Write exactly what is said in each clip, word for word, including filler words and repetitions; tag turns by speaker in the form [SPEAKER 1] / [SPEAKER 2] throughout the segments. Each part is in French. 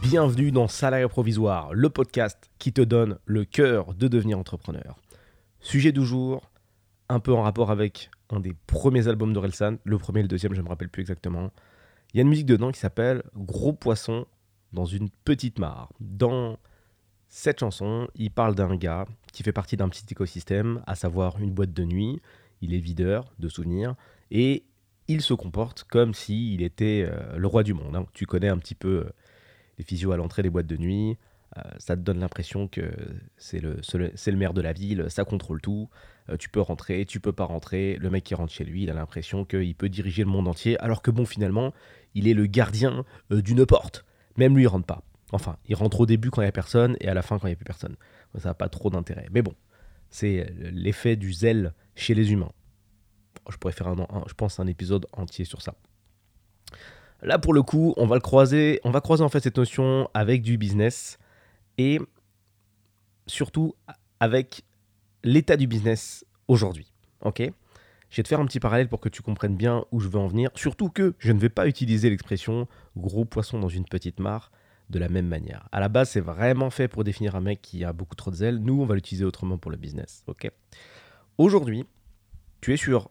[SPEAKER 1] Bienvenue dans Salarié Provisoire, le podcast qui te donne le cœur de devenir entrepreneur. Sujet du jour, un peu en rapport avec un des premiers albums d'Orelsan, le premier et le deuxième, je ne me rappelle plus exactement. Il y a une musique dedans qui s'appelle « Gros poisson dans une petite mare ». Dans cette chanson, il parle d'un gars qui fait partie d'un petit écosystème, à savoir une boîte de nuit. Il est videur de souvenirs et il se comporte comme s'il était euh, le roi du monde. Hein. Tu connais un petit peu euh, les physios à l'entrée des boîtes de nuit. Euh, ça te donne l'impression que c'est le, c'est le, c'est le maire de la ville, ça contrôle tout. Euh, tu peux rentrer, tu peux pas rentrer. Le mec qui rentre chez lui, il a l'impression qu'il peut diriger le monde entier, alors que bon, finalement, il est le gardien euh, d'une porte. Même lui, il rentre pas. Enfin, il rentre au début quand il n'y a personne et à la fin quand il n'y a plus personne. Ça n'a pas trop d'intérêt. Mais bon, c'est l'effet du zèle chez les humains. Je pourrais faire un, un, je pense un épisode entier sur ça. Là, pour le coup, on va le croiser, on va croiser en fait cette notion avec du business et surtout avec l'état du business aujourd'hui. Ok ? Je vais te faire un petit parallèle pour que tu comprennes bien où je veux en venir. Surtout que je ne vais pas utiliser l'expression gros poisson dans une petite mare de la même manière. À la base, c'est vraiment fait pour définir un mec qui a beaucoup trop de zèle. Nous, on va l'utiliser autrement pour le business. Ok ? Aujourd'hui, tu es sur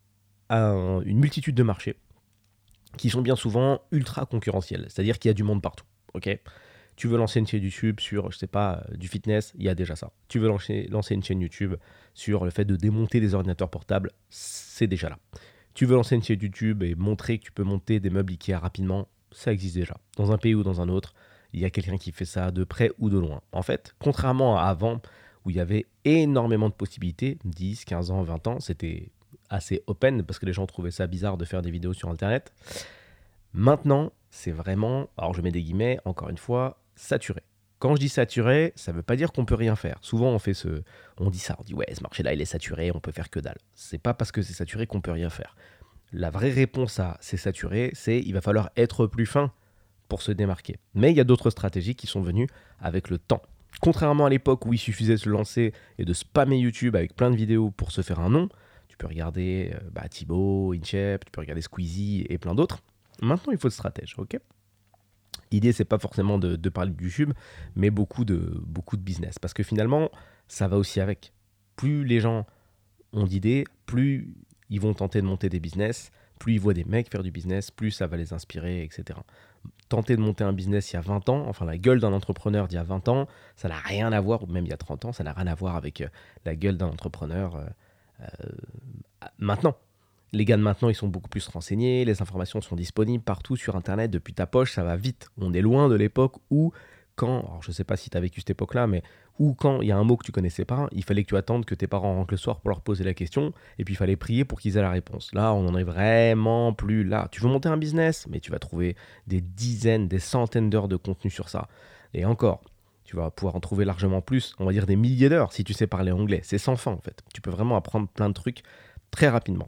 [SPEAKER 1] un, une multitude de marchés qui sont bien souvent ultra concurrentiels, c'est-à-dire qu'il y a du monde partout. Ok ? Tu veux lancer une chaîne YouTube sur, je sais pas, du fitness, il y a déjà ça. Tu veux lancer, lancer une chaîne YouTube sur le fait de démonter des ordinateurs portables, c'est déjà là. Tu veux lancer une chaîne YouTube et montrer que tu peux monter des meubles Ikea rapidement, ça existe déjà. Dans un pays ou dans un autre, il y a quelqu'un qui fait ça de près ou de loin. En fait, contrairement à avant, où il y avait énormément de possibilités, dix, quinze ans, vingt ans, c'était assez open parce que les gens trouvaient ça bizarre de faire des vidéos sur Internet. Maintenant, c'est vraiment, alors je mets des guillemets, encore une fois, saturé. Quand je dis saturé, ça ne veut pas dire qu'on peut rien faire. Souvent, on fait ce, on dit ça, on dit ouais, ce marché-là, il est saturé, on peut faire que dalle. C'est pas parce que c'est saturé qu'on peut rien faire. La vraie réponse à c'est saturé, c'est il va falloir être plus fin pour se démarquer. Mais il y a d'autres stratégies qui sont venues avec le temps. Contrairement à l'époque où il suffisait de se lancer et de spammer YouTube avec plein de vidéos pour se faire un nom, tu peux regarder euh, bah, Thibaut, Inchep, tu peux regarder Squeezie et plein d'autres. Maintenant, il faut de stratège, ok ? L'idée, c'est pas forcément de, de parler de YouTube, mais beaucoup de, beaucoup de business. Parce que finalement, ça va aussi avec. Plus les gens ont d'idées, plus ils vont tenter de monter des business, plus ils voient des mecs faire du business, plus ça va les inspirer, et cetera. Tenter de monter un business il y a vingt ans, enfin la gueule d'un entrepreneur d'il y a vingt ans, ça n'a rien à voir, ou même il y a trente ans, ça n'a rien à voir avec la gueule d'un entrepreneur euh, euh, maintenant. Les gars de maintenant, ils sont beaucoup plus renseignés, les informations sont disponibles partout sur Internet, depuis ta poche, ça va vite. On est loin de l'époque où, quand, alors je ne sais pas si tu as vécu cette époque-là, mais où quand il y a un mot que tu connaissais pas, il fallait que tu attendes que tes parents rentrent le soir pour leur poser la question, et puis il fallait prier pour qu'ils aient la réponse. Là, on n'en est vraiment plus là. Tu veux monter un business, mais tu vas trouver des dizaines, des centaines d'heures de contenu sur ça. Et encore, tu vas pouvoir en trouver largement plus, on va dire des milliers d'heures, si tu sais parler anglais. C'est sans fin, en fait. Tu peux vraiment apprendre plein de trucs très rapidement.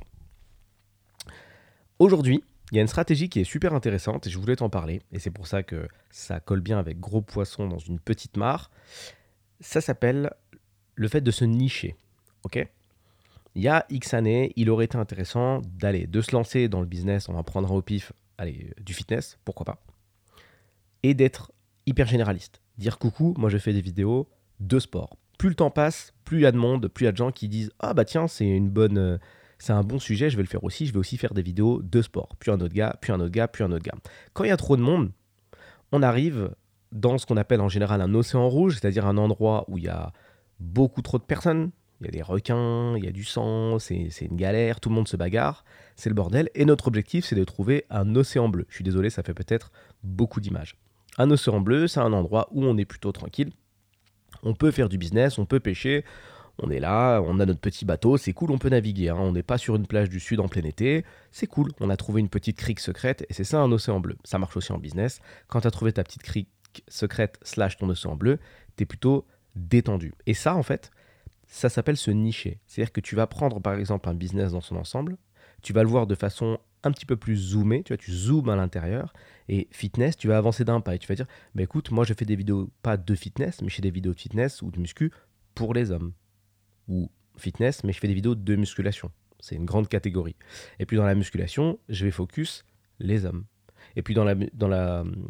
[SPEAKER 1] Aujourd'hui, il y a une stratégie qui est super intéressante et je voulais t'en parler. Et c'est pour ça que ça colle bien avec gros poisson dans une petite mare. Ça s'appelle le fait de se nicher. Ok ? Il y a X années, il aurait été intéressant d'aller, de se lancer dans le business, on en prendra au pif, allez, du fitness, pourquoi pas, et d'être hyper généraliste. Dire coucou, moi je fais des vidéos de sport. Plus le temps passe, plus il y a de monde, plus il y a de gens qui disent « Ah bah tiens, c'est une bonne... Euh, c'est un bon sujet, je vais le faire aussi, je vais aussi faire des vidéos de sport. » Puis un autre gars, puis un autre gars, puis un autre gars. Quand il y a trop de monde, on arrive dans ce qu'on appelle en général un océan rouge, c'est-à-dire un endroit où il y a beaucoup trop de personnes, il y a des requins, il y a du sang, c'est, c'est une galère, tout le monde se bagarre, c'est le bordel. Et notre objectif, c'est de trouver un océan bleu. Je suis désolé, ça fait peut-être beaucoup d'images. Un océan bleu, c'est un endroit où on est plutôt tranquille. On peut faire du business, on peut pêcher. On est là, on a notre petit bateau, c'est cool, on peut naviguer. Hein. On n'est pas sur une plage du sud en plein été, c'est cool. On a trouvé une petite crique secrète et c'est ça un océan bleu. Ça marche aussi en business. Quand tu as trouvé ta petite crique secrète slash ton océan bleu, tu es plutôt détendu. Et ça, en fait, ça s'appelle se nicher. C'est-à-dire que tu vas prendre par exemple un business dans son ensemble, tu vas le voir de façon un petit peu plus zoomée, tu vois, tu zoomes à l'intérieur, et fitness, tu vas avancer d'un pas et tu vas dire, bah écoute, moi je fais des vidéos, pas de fitness, mais je fais des vidéos de fitness ou de muscu pour les hommes. Ou fitness, mais je fais des vidéos de musculation. C'est une grande catégorie. Et puis dans la musculation, je vais focus les hommes. Et puis dans la, dans la,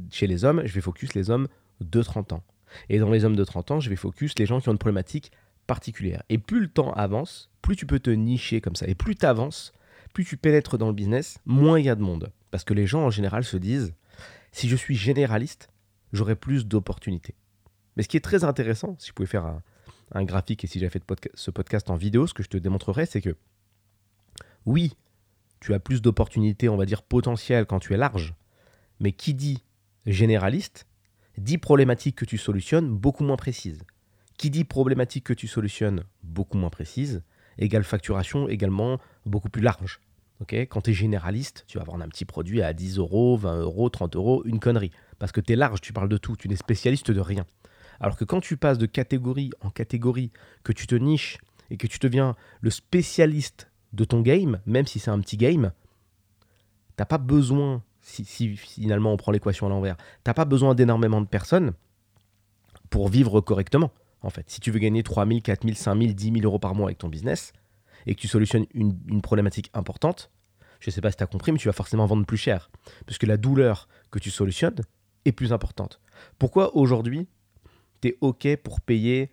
[SPEAKER 1] chez les hommes, je vais focus les hommes de trente ans. Et dans les hommes de trente ans, je vais focus les gens qui ont une problématique particulière. Et plus le temps avance, plus tu peux te nicher comme ça. Et plus tu avances, plus tu pénètres dans le business, moins il y a de monde. Parce que les gens, en général, se disent, si je suis généraliste, j'aurai plus d'opportunités. Mais ce qui est très intéressant, si je pouvais faire un, un graphique et si j'avais fait podca- ce podcast en vidéo, ce que je te démontrerais, c'est que oui, tu as plus d'opportunités, on va dire, potentielles quand tu es large, mais qui dit généraliste, dit problématique que tu solutionnes beaucoup moins précise. Qui dit problématique que tu solutionnes beaucoup moins précise, égale facturation également beaucoup plus large. Okay, quand tu es généraliste, tu vas vendre un petit produit à dix euros, vingt euros, trente euros, une connerie. Parce que tu es large, tu parles de tout, tu n'es spécialiste de rien. Alors que quand tu passes de catégorie en catégorie, que tu te niches et que tu deviens le spécialiste de ton game, même si c'est un petit game, tu n'as pas besoin, si, si finalement on prend l'équation à l'envers, tu n'as pas besoin d'énormément de personnes pour vivre correctement. En fait, si tu veux gagner trois mille, quatre mille, cinq mille, dix mille euros par mois avec ton business et que tu solutionnes une, une problématique importante, je ne sais pas si tu as compris, mais tu vas forcément vendre plus cher. Puisque la douleur que tu solutionnes est plus importante. Pourquoi aujourd'hui, tu es OK pour payer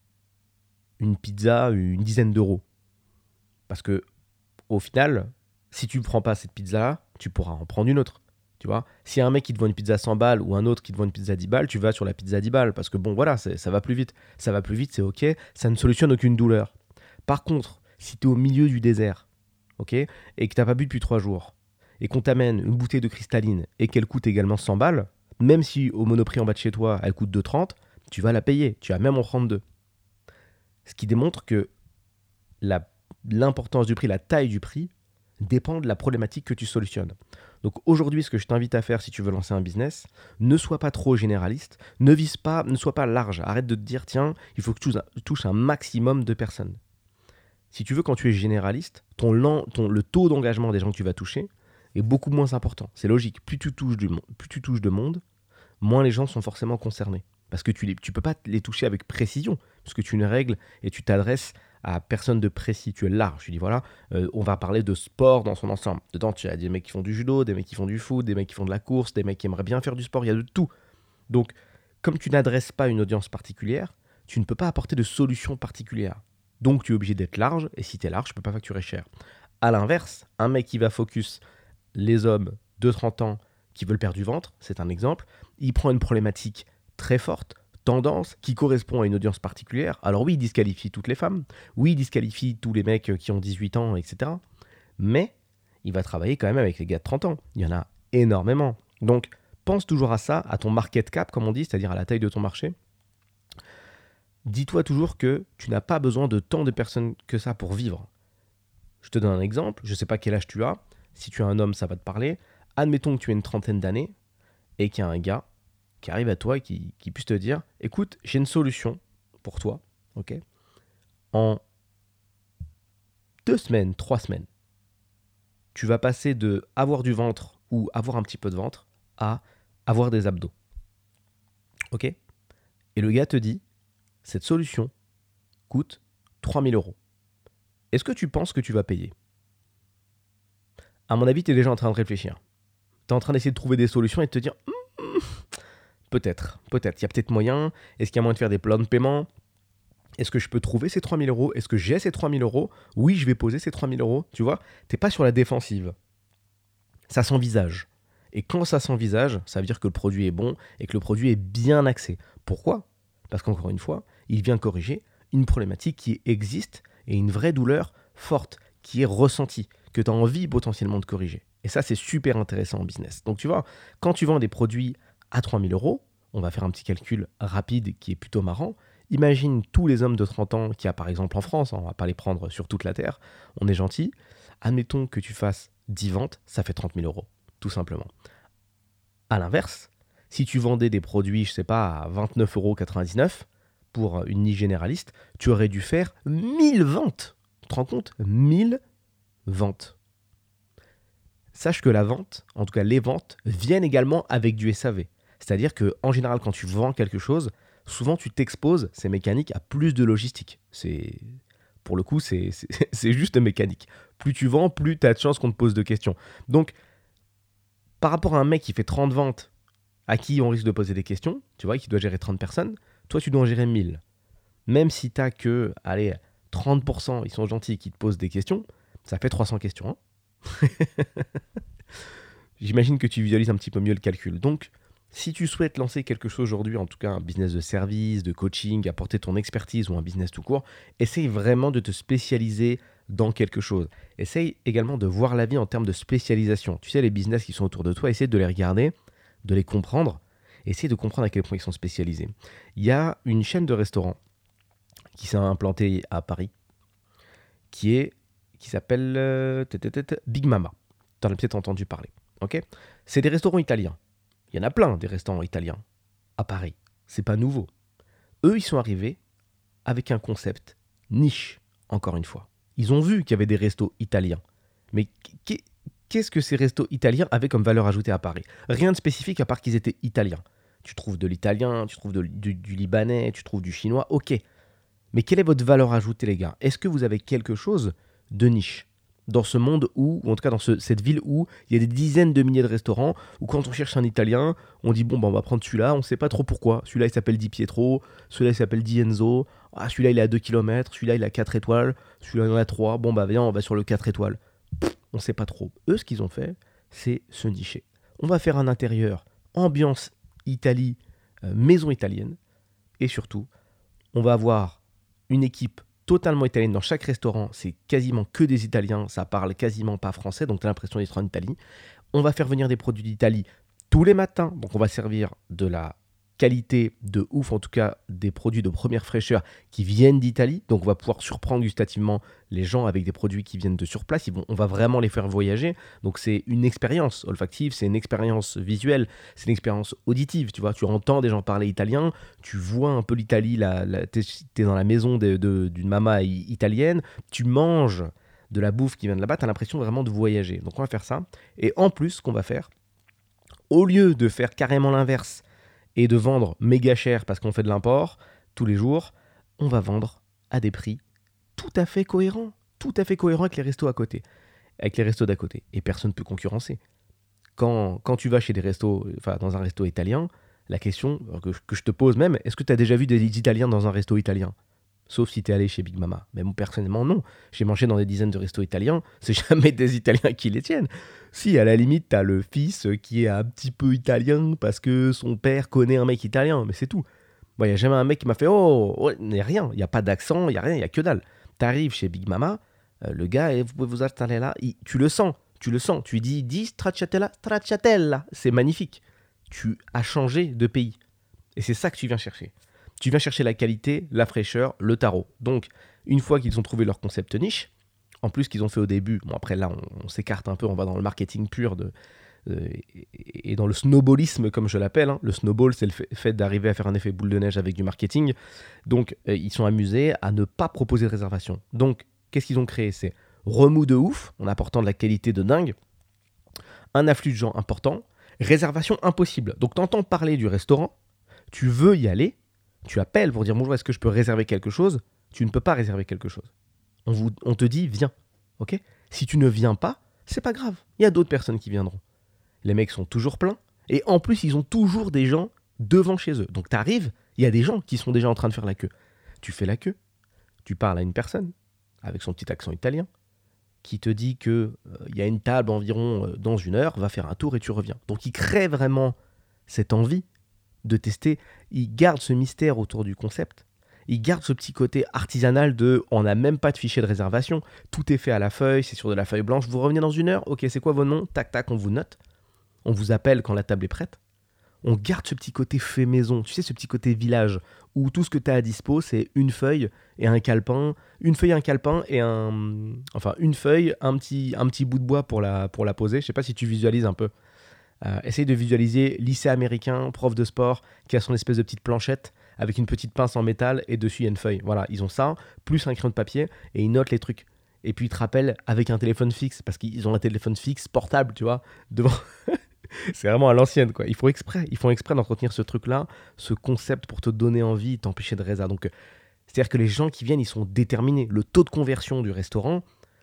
[SPEAKER 1] une pizza une dizaine d'euros? Parce que au final, si tu ne prends pas cette pizza-là, tu pourras en prendre une autre. Tu vois, si y a un mec qui te vend une pizza cent balles ou un autre qui te vend une pizza dix balles, tu vas sur la pizza dix balles parce que bon, voilà, c'est, ça va plus vite. Ça va plus vite, c'est OK, ça ne solutionne aucune douleur. Par contre, si tu es au milieu du désert, OK, et que tu n'as pas bu depuis trois jours, et qu'on t'amène une bouteille de cristalline et qu'elle coûte également cent balles, même si au Monoprix en bas de chez toi, elle coûte deux euros trente, tu vas la payer, tu vas même en prendre deux. Ce qui démontre que la, l'importance du prix, la taille du prix, dépend de la problématique que tu solutionnes. Donc aujourd'hui, ce que je t'invite à faire si tu veux lancer un business, ne sois pas trop généraliste, ne vise pas, ne sois pas large. Arrête de te dire, tiens, il faut que tu touches un maximum de personnes. Si tu veux, quand tu es généraliste, ton, ton, le taux d'engagement des gens que tu vas toucher est beaucoup moins important. C'est logique. Plus tu touches, du, plus tu touches de monde, moins les gens sont forcément concernés. Parce que tu ne peux pas les toucher avec précision, parce que tu as une règle et tu t'adresses à personne de précis, tu es large. Tu dis voilà, euh, on va parler de sport dans son ensemble. Dedans, tu as des mecs qui font du judo, des mecs qui font du foot, des mecs qui font de la course, des mecs qui aimeraient bien faire du sport, il y a de tout. Donc, comme tu n'adresses pas une audience particulière, tu ne peux pas apporter de solution particulière. Donc, tu es obligé d'être large, et si tu es large, tu ne peux pas facturer cher. À l'inverse, un mec qui va focus les hommes de trente ans qui veulent perdre du ventre, c'est un exemple, il prend une problématique très forte, tendance, qui correspond à une audience particulière. Alors oui, il disqualifie toutes les femmes, oui, il disqualifie tous les mecs qui ont dix-huit ans, et cetera. Mais il va travailler quand même avec les gars de trente ans. Il y en a énormément. Donc, pense toujours à ça, à ton market cap, comme on dit, c'est-à-dire à la taille de ton marché. Dis-toi toujours que tu n'as pas besoin de tant de personnes que ça pour vivre. Je te donne un exemple, je ne sais pas quel âge tu as. Si tu es un homme, ça va te parler. Admettons que tu aies une trentaine d'années et qu'il y a un gars qui arrive à toi et qui, qui puisse te dire « Écoute, j'ai une solution pour toi, ok ? En deux semaines, trois semaines, tu vas passer de avoir du ventre ou avoir un petit peu de ventre à avoir des abdos. Ok ? Et le gars te dit « Cette solution coûte trois mille euros. Est-ce que tu penses que tu vas payer ?» À mon avis, tu es déjà en train de réfléchir. Tu es en train d'essayer de trouver des solutions et de te dire hm, hm, peut-être, peut-être, il y a peut-être moyen. Est-ce qu'il y a moyen de faire des plans de paiement ? Est-ce que je peux trouver ces trois mille euros ? Est-ce que j'ai ces trois mille euros ? Oui, je vais poser ces trois mille euros. Tu vois, tu n'es pas sur la défensive. Ça s'envisage. Et quand ça s'envisage, ça veut dire que le produit est bon et que le produit est bien axé. Pourquoi ? Parce qu'encore une fois, il vient corriger une problématique qui existe et une vraie douleur forte qui est ressentie, que tu as envie potentiellement de corriger. Et ça, c'est super intéressant en business. Donc tu vois, quand tu vends des produits à trois mille euros, on va faire un petit calcul rapide qui est plutôt marrant. Imagine tous les hommes de trente ans qu'il y a par exemple en France, on ne va pas les prendre sur toute la Terre, on est gentil. Admettons que tu fasses dix ventes, ça fait trente mille euros, tout simplement. À l'inverse, si tu vendais des produits, je ne sais pas, à vingt-neuf euros quatre-vingt-dix-neuf pour une niche généraliste, tu aurais dû faire mille ventes. Tu te rends compte ? mille ventes. Sache que la vente, en tout cas les ventes, viennent également avec du S A V. C'est-à-dire qu'en général, quand tu vends quelque chose, souvent tu t'exposes, c'est mécanique, à plus de logistique. C'est, pour le coup, c'est, c'est, c'est juste mécanique. Plus tu vends, plus tu as de chances qu'on te pose de questions. Donc, par rapport à un mec qui fait trente ventes à qui on risque de poser des questions, tu vois, qui doit gérer trente personnes, toi tu dois en gérer mille. Même si tu n'as que, allez, trente pour cent, ils sont gentils, qui te posent des questions, ça fait trois cents questions. Hein. J'imagine que tu visualises un petit peu mieux le calcul. Donc, si tu souhaites lancer quelque chose aujourd'hui, en tout cas un business de service, de coaching, apporter ton expertise ou un business tout court, essaye vraiment de te spécialiser dans quelque chose. Essaye également de voir la vie en termes de spécialisation. Tu sais, les business qui sont autour de toi, essaye de les regarder, de les comprendre, essaye de comprendre à quel point ils sont spécialisés. Il y a une chaîne de restaurants qui s'est implantée à Paris, qui est qui s'appelle euh, Big Mama. Tu en as peut-être entendu parler. Okay, c'est des restaurants italiens. Il y en a plein des restaurants italiens à Paris. C'est pas nouveau. Eux, ils sont arrivés avec un concept niche, encore une fois. Ils ont vu qu'il y avait des restos italiens. Mais qu'est-ce que ces restos italiens avaient comme valeur ajoutée à Paris ? Rien de spécifique à part qu'ils étaient italiens. Tu trouves de l'italien, tu trouves de, du, du libanais, tu trouves du chinois, ok. Mais quelle est votre valeur ajoutée, les gars ? Est-ce que vous avez quelque chose de niche ? Dans ce monde où, ou en tout cas dans ce, cette ville où il y a des dizaines de milliers de restaurants, où quand on cherche un italien, on dit bon, bah, on va prendre celui-là, on ne sait pas trop pourquoi. Celui-là, il s'appelle Di Pietro, celui-là, il s'appelle Di Enzo, ah, celui-là, il est à deux kilomètres, celui-là, il a quatre étoiles, celui-là, il en a trois, bon, bah viens, on va sur le quatre étoiles. Pff, on ne sait pas trop. Eux, ce qu'ils ont fait, c'est se nicher. On va faire un intérieur, ambiance Italie, euh, maison italienne, et surtout, on va avoir une équipe totalement italienne. Dans chaque restaurant, c'est quasiment que des Italiens, ça parle quasiment pas français, donc tu as l'impression d'être en Italie. On va faire venir des produits d'Italie tous les matins, donc on va servir de la qualité de ouf, en tout cas des produits de première fraîcheur qui viennent d'Italie, donc on va pouvoir surprendre gustativement les gens avec des produits qui viennent de sur place. Ils vont, on va vraiment les faire voyager, donc c'est une expérience olfactive, c'est une expérience visuelle, c'est une expérience auditive, tu vois, tu entends des gens parler italien, tu vois un peu l'Italie, la, la, t'es, t'es dans la maison de, de, d'une mama italienne, tu manges de la bouffe qui vient de là-bas, tu as l'impression vraiment de voyager. Donc on va faire ça, et en plus, ce qu'on va faire, au lieu de faire carrément l'inverse, et de vendre méga cher parce qu'on fait de l'import tous les jours, on va vendre à des prix tout à fait cohérents, tout à fait cohérents avec les restos à côté, avec les restos d'à côté. Et personne ne peut concurrencer. Quand, quand tu vas chez des restos, enfin dans un resto italien, la question que, que je te pose même, est-ce que tu as déjà vu des Italiens dans un resto italien ? Sauf si tu es allé chez Big Mama. Mais moi, personnellement, non. J'ai mangé dans des dizaines de restos italiens, c'est jamais des Italiens qui les tiennent. Si, à la limite, tu as le fils qui est un petit peu italien parce que son père connaît un mec italien, mais c'est tout. Il bon, n'y a jamais un mec qui m'a fait « Oh, il n'y a rien, il n'y a pas d'accent, il n'y a rien, il n'y a que dalle. » Tu arrives chez Big Mama, euh, le gars, eh, vous pouvez vous installer là, il, tu le sens, tu le sens. Tu lui dis « Dis stracciatella, stracciatella », c'est magnifique. Tu as changé de pays. Et c'est ça que tu viens chercher. Tu viens chercher la qualité, la fraîcheur, le tarot. Donc, une fois qu'ils ont trouvé leur concept niche, en plus qu'ils ont fait au début, bon après là on, on s'écarte un peu, on va dans le marketing pur de, euh, et, et dans le snowballisme comme je l'appelle. Hein. Le snowball, c'est le fait, fait d'arriver à faire un effet boule de neige avec du marketing. Donc, euh, ils sont amusés à ne pas proposer de réservation. Donc, qu'est-ce qu'ils ont créé ? C'est remous de ouf, en apportant de la qualité de dingue, un afflux de gens important, réservation impossible. Donc, tu entends parler du restaurant, tu veux y aller, tu appelles pour dire bonjour, est-ce que je peux réserver quelque chose ? Tu ne peux pas réserver quelque chose. On, vous, on te dit viens, ok ? Si tu ne viens pas, c'est pas grave. Il y a d'autres personnes qui viendront. Les mecs sont toujours pleins et en plus ils ont toujours des gens devant chez eux. Donc tu arrives, il y a des gens qui sont déjà en train de faire la queue. Tu fais la queue, tu parles à une personne avec son petit accent italien qui te dit que euh, il y a une table environ euh, dans une heure, va faire un tour et tu reviens. Donc il crée vraiment cette envie de tester, il garde ce mystère autour du concept, il garde ce petit côté artisanal de on n'a même pas de fichier de réservation, tout est fait à la feuille, c'est sur de la feuille blanche, vous revenez dans une heure, ok, c'est quoi vos noms, tac tac, on vous note, on vous appelle quand la table est prête, on garde ce petit côté fait maison, tu sais, ce petit côté village, où tout ce que tu as à dispo, c'est une feuille et un calepin, une feuille, un calepin et un... Enfin, une feuille, un petit, un petit bout de bois pour la, pour la poser, je sais pas si tu visualises un peu. Euh, essaye de visualiser lycée américain, prof de sport, qui a son espèce de petite planchette avec une petite pince en métal et dessus il y a une feuille. Voilà, ils ont ça, plus un crayon de papier et ils notent les trucs. Et puis ils te rappellent avec un téléphone fixe, parce qu'ils ont un téléphone fixe portable, tu vois, devant. C'est vraiment à l'ancienne, quoi. Ils font exprès, ils font exprès d'entretenir ce truc-là, ce concept pour te donner envie et t'empêcher de réserver. Donc, c'est-à-dire que les gens qui viennent, ils sont déterminés. Le taux de conversion du restaurant,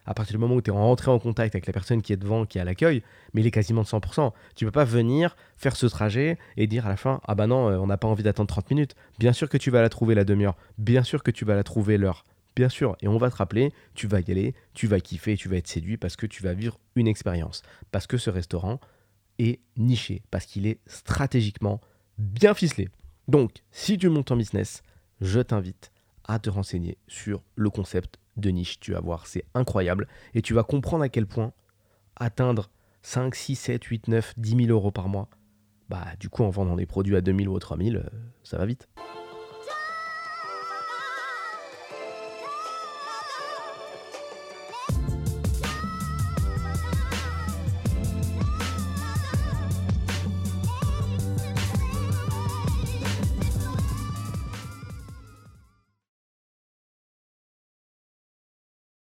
[SPEAKER 1] à partir du moment où tu es rentré en contact avec la personne qui est devant, qui est à l'accueil, mais il est quasiment de cent pour cent. Tu ne peux pas venir faire ce trajet et dire à la fin « Ah bah non, euh, on n'a pas envie d'attendre trente minutes. » Bien sûr que tu vas la trouver la demi-heure, bien sûr que tu vas la trouver l'heure, bien sûr. Et on va te rappeler, tu vas y aller, tu vas kiffer, tu vas être séduit parce que tu vas vivre une expérience. Parce que ce restaurant est niché, parce qu'il est stratégiquement bien ficelé. Donc, si tu montes en business, je t'invite à te renseigner sur le concept de niche. Tu vas voir, c'est incroyable. Et tu vas comprendre à quel point atteindre cinq, six, sept, huit, neuf, dix mille euros par mois, bah du coup en vendant des produits à deux mille ou trois mille, euh, ça va vite.